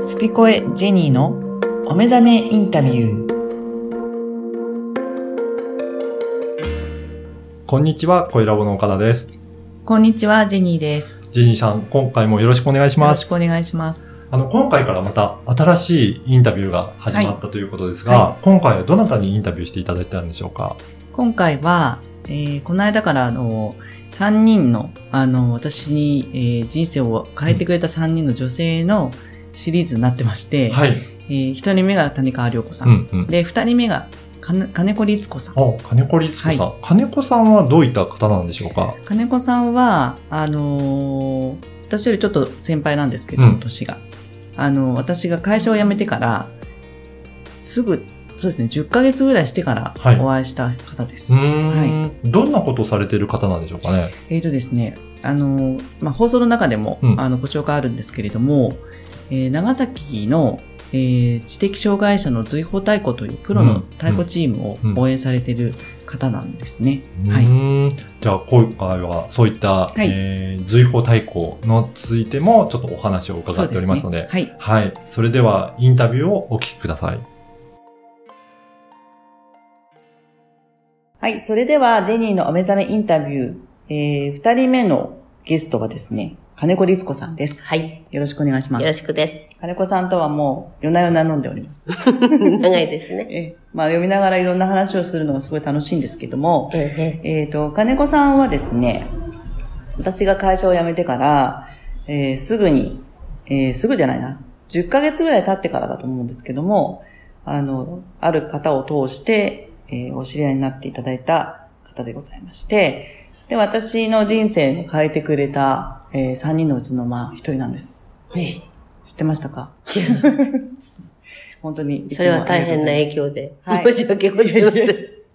スピコエジェニーのお目覚めインタビュー。 こんにちは、声ラボの岡田です。 こんにちは、ジェニーです。 ジェニーさん、今回もよろしくお願いします。 よろしくお願いします。 今回からまた新しいインタビューが始まったということですが、今回はどなたにインタビューしていただいたんでしょうか？ 今回は、この間から3人の、私に、人生を変えてくれた3人の女性のシリーズになってまして、 はい。 1人目が谷川涼子さん。で、2人目が金子律子さん。 金子律子さん。はい、金子さんはどういった方なんでしょうか？ 金子さんは、私よりちょっと先輩なんですけど、年が。私が会社を辞めてから、そうですね、10ヶ月ぐらいしてからお会いした方です。 はい。どんなことをされている方なんでしょうかね？ ですね、放送の中でも、ご紹介あるんですけれども、長崎の、知的障害者の随放太鼓というプロの太鼓チームを応援されている方なんですね。はい。 じゃあ今回はそういった、随放太鼓についてもちょっとお話を伺っておりますので、はい。はい。それではインタビューをお聞きください。 はい。それではジェニーのお目覚めインタビュー、2人目のゲストはですね、金子律子さんです。 はい。 よろしくお願いします。 よろしくです。 金子さんとはもう夜な夜な飲んでおります。 長いですね。 読みながらいろんな話をするのがすごい楽しいんですけども、金子さんはですね、私が会社を辞めてから、すぐじゃないな、10ヶ月ぐらい経ってからだと思うんですけども、ある方を通して、お知り合いになっていただいた方でございまして、で、私の人生を変えてくれた、3人のうちの1人なんです。知ってましたか？本当に。 それは大変な影響で。はい、申し訳ございません。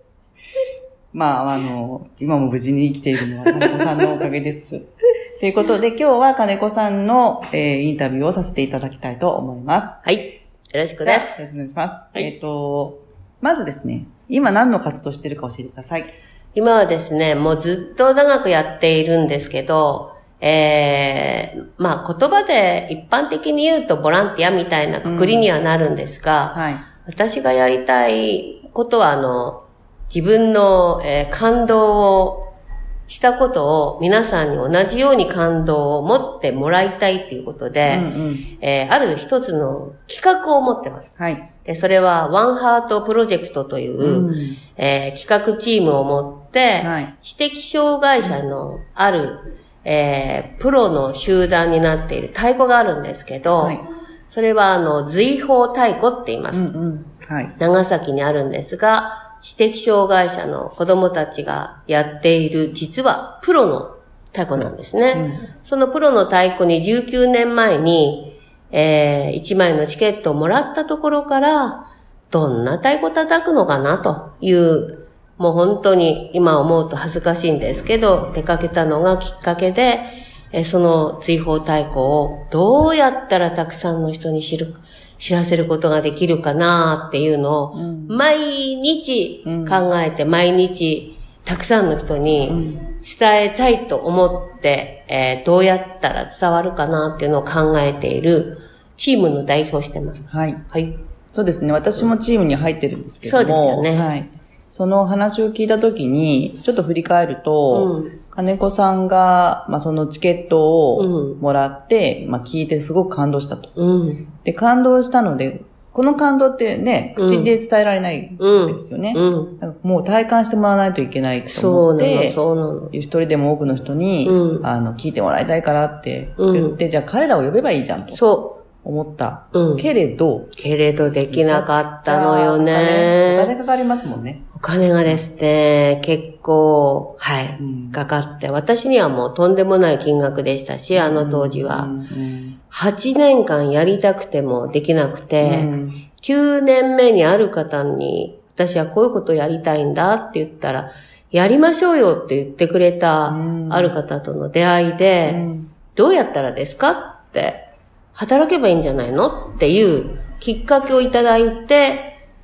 今も無事に生きているのは金子さんのおかげです。ということで、今日は金子さんの、インタビューをさせていただきたいと思います。 はい。よろしくです。 よろしくお願いします。 はい、 まずですね、今何の活動しているか教えてください。 今はですね、もうずっと長くやっているんですけど、言葉で一般的に言うとボランティアみたいなくくりにはなるんですが、私がやりたいことは自分の、感動をしたことを皆さんに同じように感動を持ってもらいたいっていうことで、ある一つの企画を持ってます。はい。で、それはワンハートプロジェクトという、企画チームを持って、知的障害者のある、プロの集団になっている太鼓があるんですけど、それは随放太鼓って言います。長崎にあるんですが、知的障害者の子供たちがやっている、実はプロの太鼓なんですね。そのプロの太鼓に19年前に、1枚のチケットをもらったところから、どんな太鼓叩くのかなという、もう本当に今思うと恥ずかしいんですけど、出かけたのがきっかけで、その随放太鼓をどうやったらたくさんの人に知らせることができるかなっていうのを、毎日考えて、毎日たくさんの人に伝えたいと思って、どうやったら伝わるかなっていうのを考えているチームの代表をしてます。 はい。はい。そうですね。私もチームに入ってるんですけども。そうですよね。はい。その話を聞いたときに、ちょっと振り返ると、金子さんが、そのチケットをもらって、聞いてすごく感動したと。で、感動したので、この感動ってね、口で伝えられないわけですよね。もう体感してもらわないといけないと思って、一人でも多くの人に、聞いてもらいたいからって言って、じゃあ彼らを呼べばいいじゃんと。思った。けれどできなかったのよね。 お金かかりますもんね。 お金がですね、結構、かかって、私にはもうとんでもない金額でしたし、あの当時は。8年間やりたくてもできなくて、9年目にある方に、私はこういうことやりたいんだって言ったら、やりましょうよって言ってくれたある方との出会いで、どうやったらですかって、働けばいいんじゃないのっていうきっかけをいただいて、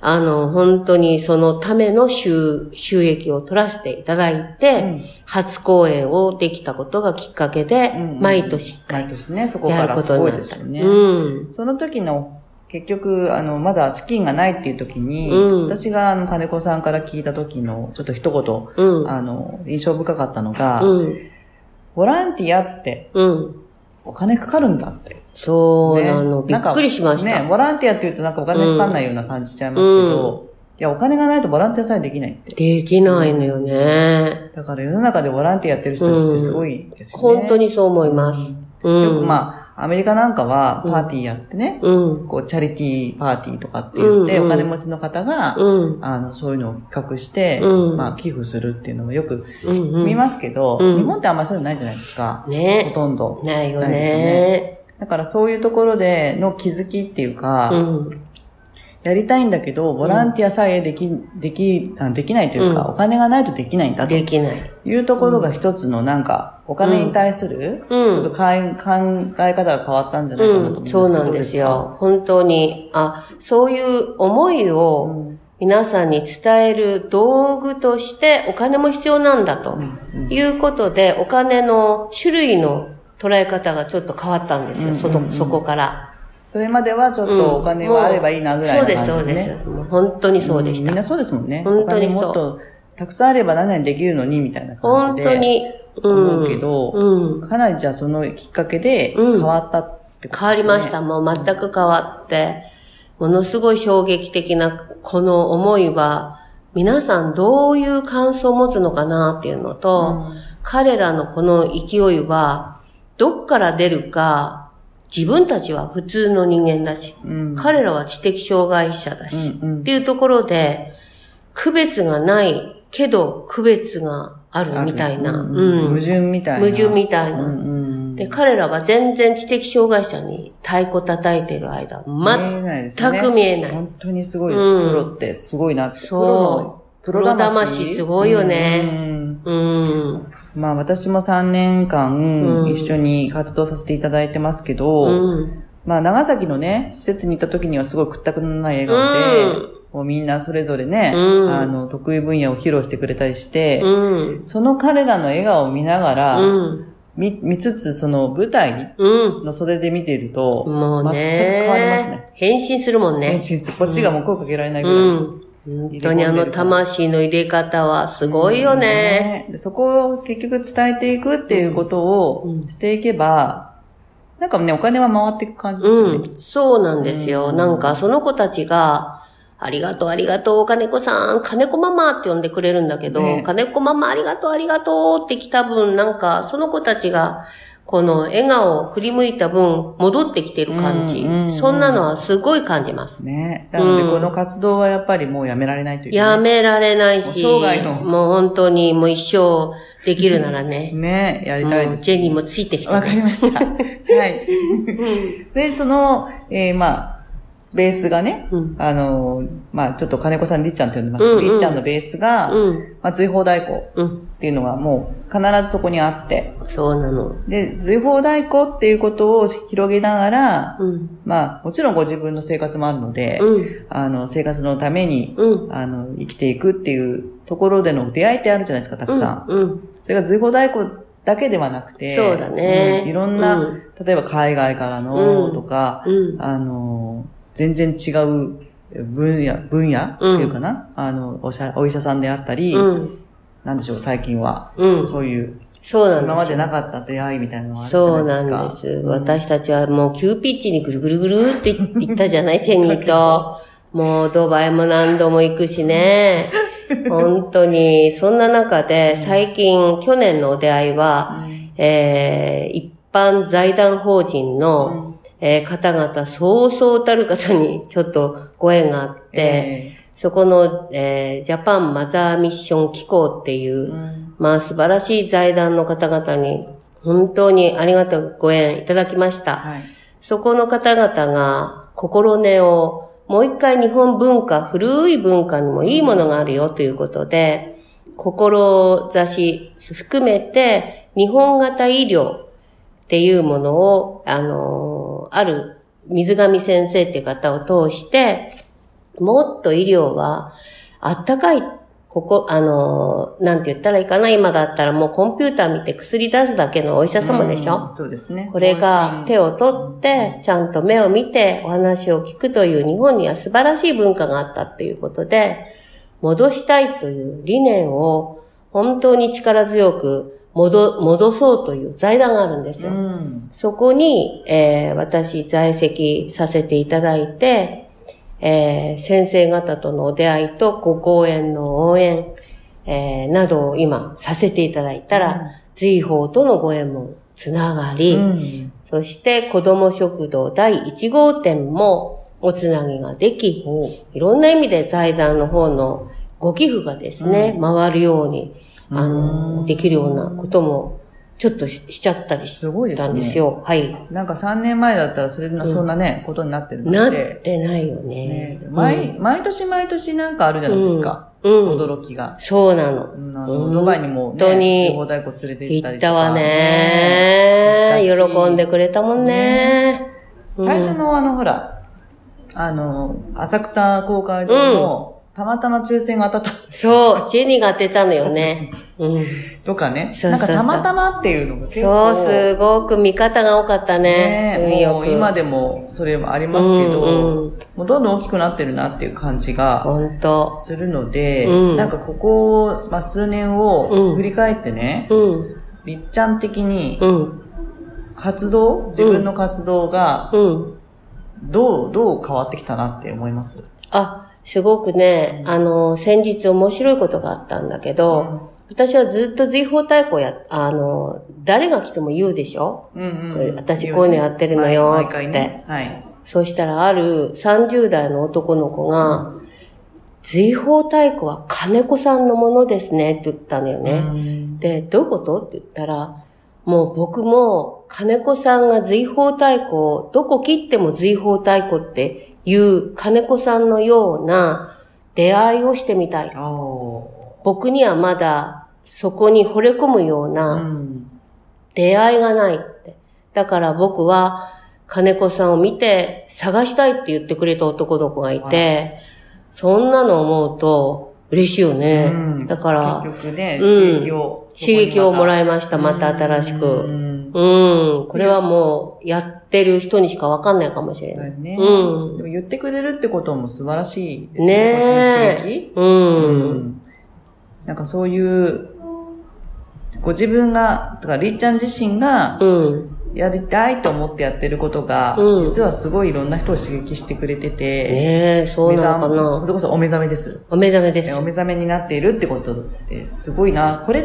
本当にそのための収益を取らせていただいて、初公演をできたことがきっかけで、毎年ね、そこからすごいですよね。その時の、結局、まだ資金がないっていう時に、私が金子さんから聞いた時の、ちょっと一言、印象深かったのが、ボランティアって、お金かかるんだって。 そうなの、びっくりしました。 ね、ボランティアって言うとなんかお金かかんないような感じしちゃいますけど、いや、お金がないとボランティアさえできないって。 できないのよね。 だから世の中でボランティアやってる人たちってすごいですよね。 本当にそう思います。 よくアメリカなんかはパーティーやってね、こうチャリティーパーティーとかって言って、お金持ちの方が、そういうのを企画して、寄付するっていうのもよく見ますけど、日本ってあんまりそういうのないじゃないですか。 ね。 ほとんど。 ないよね。 だからそういうところでの気づきっていうか、やりたいんだけど、ボランティアさえできないというか、お金がないとできないんだと。 できない。 いうところが一つのなんか、お金に対する、ちょっと考え方が変わったんじゃないかなと思うんですけど。 そうなんですよ。本当に、そういう思いを皆さんに伝える道具としてお金も必要なんだということで、お金の種類の捉え方がちょっと変わったんですよ。そこから。 それまではちょっとお金があればいいなぐらいの感じで、ね。 そうです、そうです。もう本当にそうでした。 みんなそうですもんね。 本当にそう。 お金もっとたくさんあれば何々できるのにみたいな感じで。 本当に。 思うけど、かなりじゃあそのきっかけで変わったってことですね。 変わりました。もう全く変わって、ものすごい衝撃的なこの思いは、皆さんどういう感想を持つのかなっていうのと、彼らのこの勢いは、どっから出るか、自分たちは普通の人間だし、彼らは知的障害者だし、っていうところで、区別がないけど区別があるみたいな。 矛盾みたいな。 矛盾みたいな。で、彼らは全然知的障害者に太鼓叩いてる間、全く見えない。 本当にすごいです。プロってすごいなって。 そう。プロ魂すごいよね。 私も3年間一緒に活動させていただいてますけど、長崎のね、施設に行った時にはすごい屈託のない笑顔で、もうみんなそれぞれね、得意分野を披露してくれたりして、その彼らの笑顔を見ながら、見つつ、その舞台の袖で見ていると、 もうね、 全く変わりますね。 変身するもんね。 変身する。こっちがもう声かけられないぐらい。 本当に魂の入れ方はすごいよね。 そこを結局伝えていくっていうことをしていけば、なんかね、お金は回っていく感じですよね。 そうなんですよ。なんかその子たちが、ありがとう、ありがとう、金子さん、金子ママって呼んでくれるんだけど、金子ママありがとう、ありがとうって来た分、なんかその子たちが、この笑顔を振り向いた分、戻ってきてる感じ。そんなのはすごい感じます。 ね。なので、この活動はやっぱりもうやめられないというか、 やめられないし、もう本当にもう一生できるならね。 ね、やりたいです。 ジェニーもついてきて。 わかりました。はい。で、その、ベースがね、ちょっと金子さんりっちゃんって呼んでますけど、りっちゃんのベースが、随放太鼓っていうのがもう必ずそこにあって。 そうなの。 で、随放太鼓っていうことを広げながら、もちろんご自分の生活もあるので、生活のために、生きていくっていうところでの出会いってあるじゃないですか、たくさん。それが随放太鼓だけではなくて、 そうだね。 いろんな、例えば海外からのとか、全然違う分野っていうかな、お医者さんであったり、なんでしょう、最近は、そういう、今までなかった出会いみたいなのがあるじゃないですか。 そうなんです。私たちはもう急ピッチにぐるぐるぐるって言ったじゃない、ジェニーと。もうドバイも何度も行くしね。本当に、そんな中で、最近、去年のお出会いは、一般財団法人の、方々、そうそうたる方にちょっとご縁があって、そこの、ジャパンマザーミッション機構っていう、素晴らしい財団の方々に、本当にありがたくご縁いただきました。そこの方々が、心根を、もう一回日本文化、古い文化にもいいものがあるよということで、志含めて、日本型医療っていうものを、ある水上先生っていう方を通して、 もっと医療は、あったかい、なんて言ったらいいかな、今だったらもうコンピューター見て薬出すだけのお医者様でしょ？ そうですね。 これが手を取って、ちゃんと目を見てお話を聞くという日本には素晴らしい文化があったっていうことで、戻したいという理念を本当に力強く戻そうという財団があるんですよ。そこに、私在籍させていただいて、先生方とのお出会いとご講演の応援、などを今させていただいたら、随宝とのご縁もつながり、そして子ども食堂第1号店もおつなぎができ、いろんな意味で財団の方のご寄付がですね、回るように、できるようなことも、ちょっとしちゃったりしたんですよ。はい。 なんか3年前だったらそんなね、ことになってるので。 なってないよね。 毎年なんかあるじゃないですか。驚きが。 そうなの。 ドバイにもね、地方太鼓連れて行ったりとか。 行ったわね。喜んでくれたもんね。 最初のほら、浅草公会堂の、たまたま抽選が当たった。 そう、ジェニーが当てたのよね。 とかね。なんかたまたまっていうのが結構。そう、すごく見方が多かったね。 もう今でもそれもありますけど、もうどんどん大きくなってるなっていう感じがするので、なんかここ、数年を振り返ってね、りっちゃん的に、自分の活動が、どう変わってきたなって思います？ すごくね、先日面白いことがあったんだけど、私はずっと随宝太鼓誰が来ても言うでしょ？私こういうのやってるのよって。そうしたらある30代の男の子が、随宝太鼓は金子さんのものですねって言ったのよね。で、どういうことって言ったら、もう僕も金子さんが随宝太鼓をどこ切っても随宝太鼓っていう金子さんのような出会いをしてみたい。僕にはまだそこに惚れ込むような出会いがないって。だから僕は金子さんを見て探したいって言ってくれた男の子がいて、そんなの思うと嬉しいよね。だから、 結局ね、刺激をもらいました、また新しく。これはもうやってる人にしかわかんないかもしれない。 でも言ってくれるってことも素晴らしいですね。刺激。なんかそういう、ご自分が、だからりっちゃん自身が、やりたいと思ってやってることが、実はすごいいろんな人を刺激してくれてて、 そうなのかな。 それこそお目覚めです。 お目覚めです。 お目覚めになっているってことってすごいな。これって、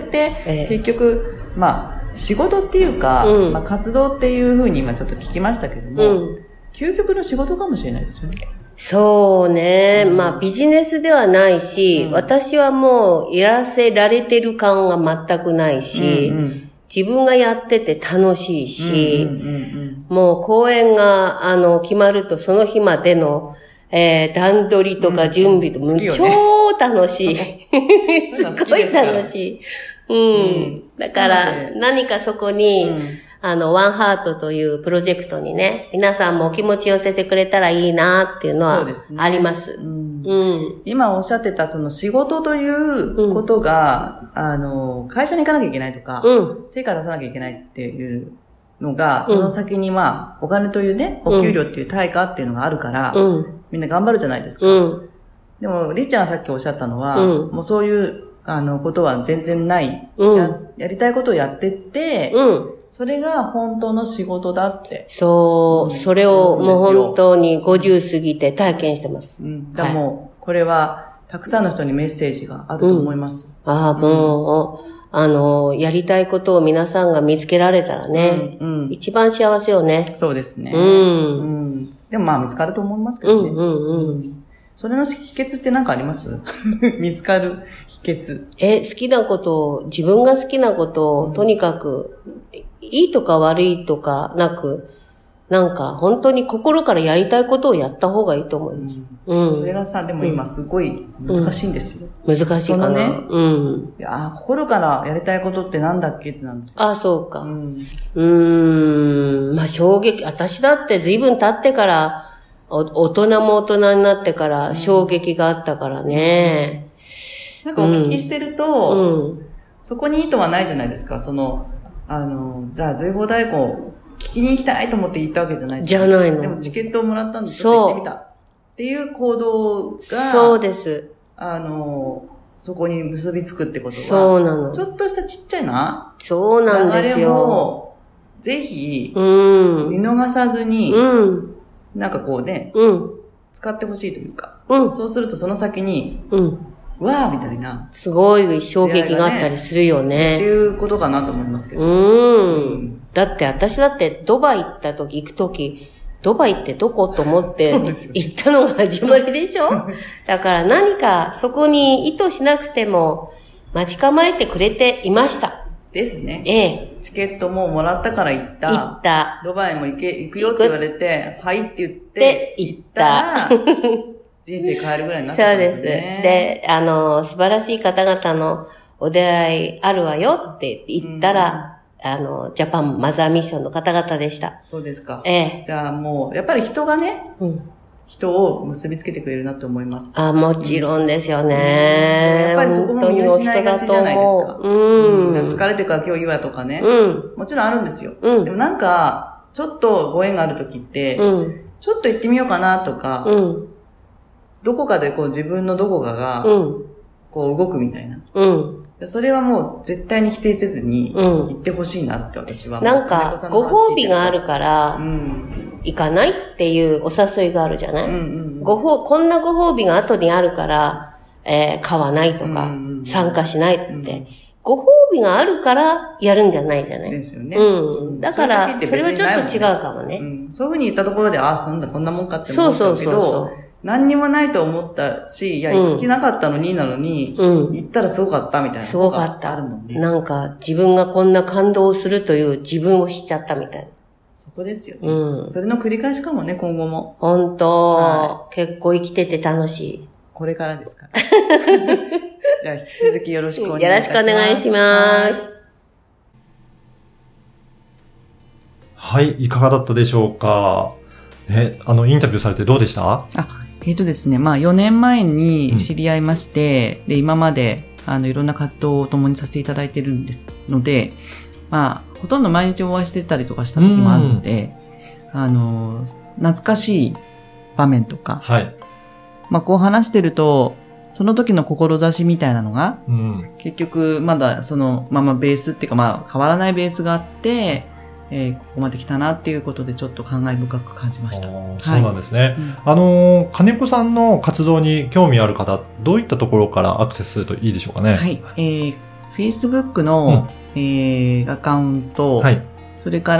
結局、仕事っていうか、活動っていうふうに今ちょっと聞きましたけども、究極の仕事かもしれないですよね。 そうね。ビジネスではないし、私はもうやらせられてる感が全くないし、自分がやってて楽しいし、もう公演が、決まるとその日までの、段取りとか準備と、超楽しい。すっごい楽しい。だから、何かそこに、ワンハートというプロジェクトにね、皆さんもお気持ち寄せてくれたらいいなっていうのはあります。 今おっしゃってたその仕事ということが、会社に行かなきゃいけないとか、成果出さなきゃいけないっていうのが、その先にお金というね、お給料っていう対価っていうのがあるから、みんな頑張るじゃないですか。でも、りっちゃんがさっきおっしゃったのは、もうそういう、ことは全然ない。やりたいことをやってって、それが本当の仕事だって。 そう、それをもう本当に50過ぎて体験してます。 だからもう、これは、たくさんの人にメッセージがあると思います。 もう、やりたいことを皆さんが見つけられたらね、一番幸せよね。 そうですね。でも見つかると思いますけどね。それの秘訣って何かあります？見つかる秘訣。 好きなことを、自分が好きなことを、とにかく、いいとか悪いとかなく、なんか本当に心からやりたいことをやった方がいいと思います。 それがさ、でも今すごい難しいんですよ。 難しいかな。 ね。心からやりたいことってなんだっけってなんですよ。 そうか。衝撃。私だって随分経ってから、 大人も大人になってから衝撃があったからね。 なんかお聞きしてると、そこに意図はないじゃないですか。じゃあ随宝太鼓聞きに行きたいと思って行ったわけじゃないですか。 じゃないの。 でもチケットをもらったんでちょっと行ってみたっていう行動が、 そうです。 そこに結びつくってことは、 そうなの。 ちょっとしたちっちゃいな、 そうなんですよ。 流れも、ぜひ、見逃さずに、なんかこうね、使ってほしいというか、そうするとその先に、わーみたいな。 すごい衝撃があったりするよね。 っていうことかなと思いますけど。 だって私だってドバイ行くとき、ドバイってどこと思って行ったのが始まりでしょだから何かそこに意図しなくても待ち構えてくれていました。 ですね。 ええ。 チケットももらったから行った。 行った。 ドバイも行くよって言われて、はいって言って行ったら、人生変えるぐらいになってたんですね。そうです。で、素晴らしい方々のお出会いあるわよって言ったら、ジャパンマザーミッションの方々でした。 そうですか。 ええ。 じゃあもう、やっぱり人がね、人を結びつけてくれるなと思います。 もちろんですよね。 やっぱりそこも見失いがちじゃないですか。疲れてから今日いいわとかね。もちろんあるんですよ。でもなんか、ちょっとご縁があるときって、ちょっと行ってみようかなとか、どこかでこう自分のどこかが、こう動くみたいな。それはもう絶対に否定せずに行ってほしいなって私は。 なんか、ご褒美があるから、行かないっていうお誘いがあるじゃない、こんなご褒美が後にあるから、買わないとか、参加しないって、ご褒美があるからやるんじゃないじゃないですよね。 だから、それはちょっと違うかもね。 そういうふうに言ったところで、なんだこんなもんかって思ったけど、何にもないと思ったし、いや、行けなかったのになのに、行ったらすごかったみたいな。 すごかった。なんか、自分がこんな感動をするという自分を知っちゃったみたいな。 そこですよね。それの繰り返しかもね、今後も。 本当、結構生きてて楽しい。 これからですから。じゃあ、引き続きよろしくお願いします。 よろしくお願いします。 はい、いかがだったでしょうか。ね、インタビューされてどうでした？ ですね、4年前に知り合いまして、で、今まで、いろんな活動を共にさせていただいてるんですので、ほとんど毎日お会いしてたりとかした時もあるので、懐かしい場面とか、こう話してると、その時の志みたいなのが、結局まだそのままベースっていうか変わらないベースがあって、ここまで来たなっていうことでちょっと感慨深く感じました。 そうなんですね。金子さんの活動に興味ある方、どういったところからアクセスするといいでしょうかね。 Facebook の、アカウント、それから、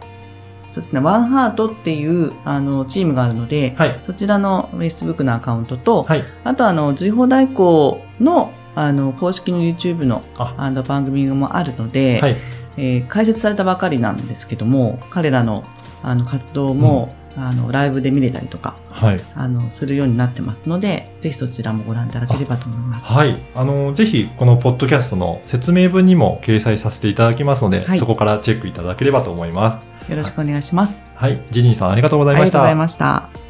そうですね、ワンハートっていう、チームがあるので、そちらの Facebook のアカウントと、あと随宝太鼓の、公式の YouTube の、番組もあるので、開設されたばかりなんですけども、彼らの、活動も、ライブで見れたりとか、するようになってますので、ぜひそちらもご覧いただければと思います。 ぜひ、このポッドキャストの説明文にも掲載させていただきますので、そこからチェックいただければと思います。 よろしくお願いします。 ジニーさんありがとうございました。 ありがとうございました。